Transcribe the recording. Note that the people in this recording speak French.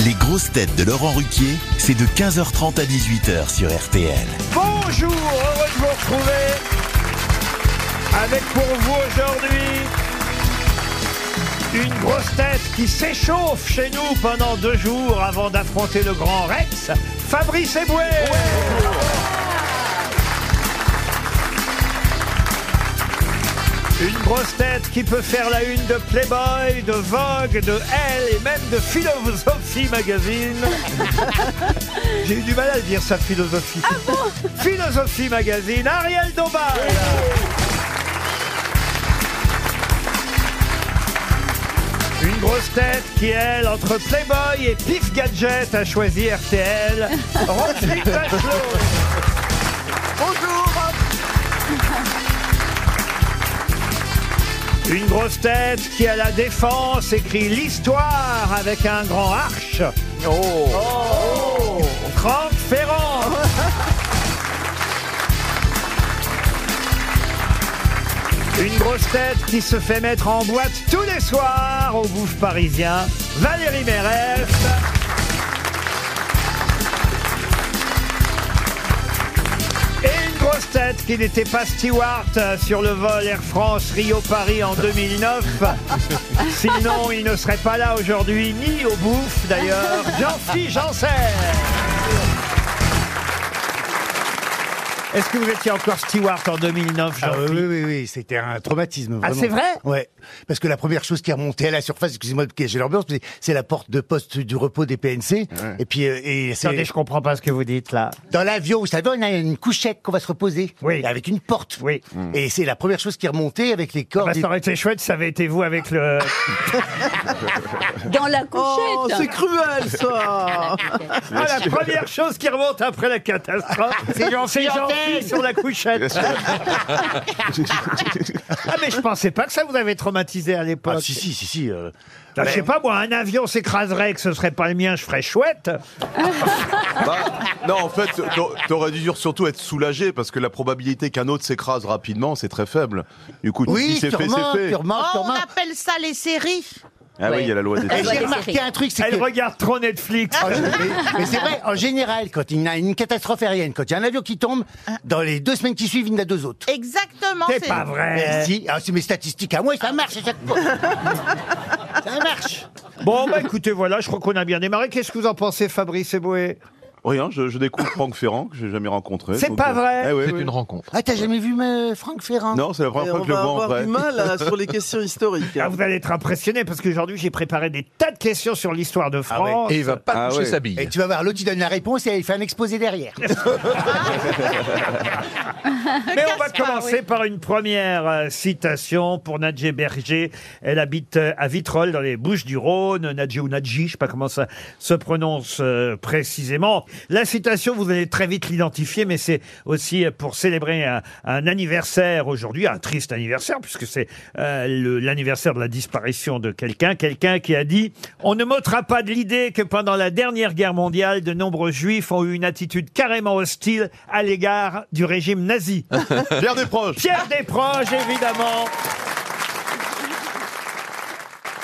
Les grosses têtes de Laurent Ruquier, c'est de 15h30 à 18h sur RTL. Bonjour, heureux de vous retrouver avec pour vous aujourd'hui une grosse tête qui s'échauffe chez nous pendant 2 jours avant d'affronter le grand Rex, Fabrice Eboué. Une grosse tête qui peut faire la une de Playboy, de Vogue, de Elle et même de Philosophie Magazine. J'ai eu du mal à le dire, ça, Philosophie. Ah bon? Philosophie Magazine, Ariel Dombal. Une grosse tête qui, elle, entre Playboy et Pif Gadget, a choisi RTL, Roselyne Bachelot. Bonjour. Une grosse tête qui, à la Défense, écrit l'histoire avec un grand H. Franck Ferrand. Une grosse tête qui se fait mettre en boîte tous les soirs au Bouffe Parisien, Valérie Mérès. Et une grosse tête qui n'était pas steward sur le vol Air France Rio-Paris en 2009. Sinon, il ne serait pas là aujourd'hui, ni au Bouffe d'ailleurs. Jean-Philippe Janssen. Est-ce que vous étiez encore steward en 2009, Jean-Philippe? Oui, c'était un traumatisme, vraiment. Ah, c'est vrai? Ouais, parce que la première chose qui remontait à la surface, excusez-moi de cacher l'ambiance, mais c'est la porte de poste du repos des PNC. Ouais. Et puis, attendez, je comprends pas ce que vous dites, là. Dans l'avion, vous savez, on a une couchette qu'on va se reposer. Oui. Avec une porte. Oui. Et c'est la première chose qui remontait avec les cordes. Ça aurait été chouette, ça avait été vous avec le... Dans la couchette. Oh, c'est cruel, ça. Ah, la première chose qui remonte après la catastrophe, c'est Jean-Philippe sur la couchette. Ah, mais je pensais pas que ça vous avait traumatisé à l'époque. Ah, si. Je sais pas, moi, un avion s'écraserait, que ce serait pas le mien, je ferais chouette. Non, en fait, t'aurais dû surtout être soulagé parce que la probabilité qu'un autre s'écrase rapidement, c'est très faible. Du coup, oui, c'est fait, c'est fait. On appelle ça les séries. Ah oui, il y a la loi des Et j'ai remarqué un truc, c'est Elle regarde trop Netflix. mais c'est vrai, en général, quand il y a une catastrophe aérienne, quand il y a un avion qui tombe, dans les 2 semaines qui suivent, il y en a 2 autres. Exactement. C'est pas vrai. Merci. Ah, c'est mes statistiques à moi, ça marche à chaque fois. Ça marche. Bon, bah écoutez, voilà, je crois qu'on a bien démarré. Qu'est-ce que vous en pensez, Fabrice Eboué? Rien, je découvre Franck Ferrand, que j'ai jamais rencontré. C'est pas vrai. Ouais, C'est une rencontre. Ah, t'as jamais vu Franck Ferrand? Non, c'est la première fois que je le vois en On va vrai. avoir du mal sur les questions historiques. Ah, vous allez être impressionné parce qu'aujourd'hui, j'ai préparé des tas de questions sur l'histoire de France. Et il va pas toucher sa bille. Et tu vas voir, l'autre il donne la réponse et il fait un exposé derrière. Mais on va commencer par une première citation pour Nadjé Berger. Elle habite à Vitrolles, dans les Bouches-du-Rhône. Nadjé ou Nadji, je sais pas comment ça se prononce précisément. La citation, vous allez très vite l'identifier, mais c'est aussi pour célébrer un anniversaire aujourd'hui, un triste anniversaire, puisque c'est l'anniversaire de la disparition de quelqu'un qui a dit « On ne m'ôtera pas de l'idée que pendant la dernière guerre mondiale, de nombreux juifs ont eu une attitude carrément hostile à l'égard du régime nazi. » Pierre Desproges. Pierre Desproges, évidemment.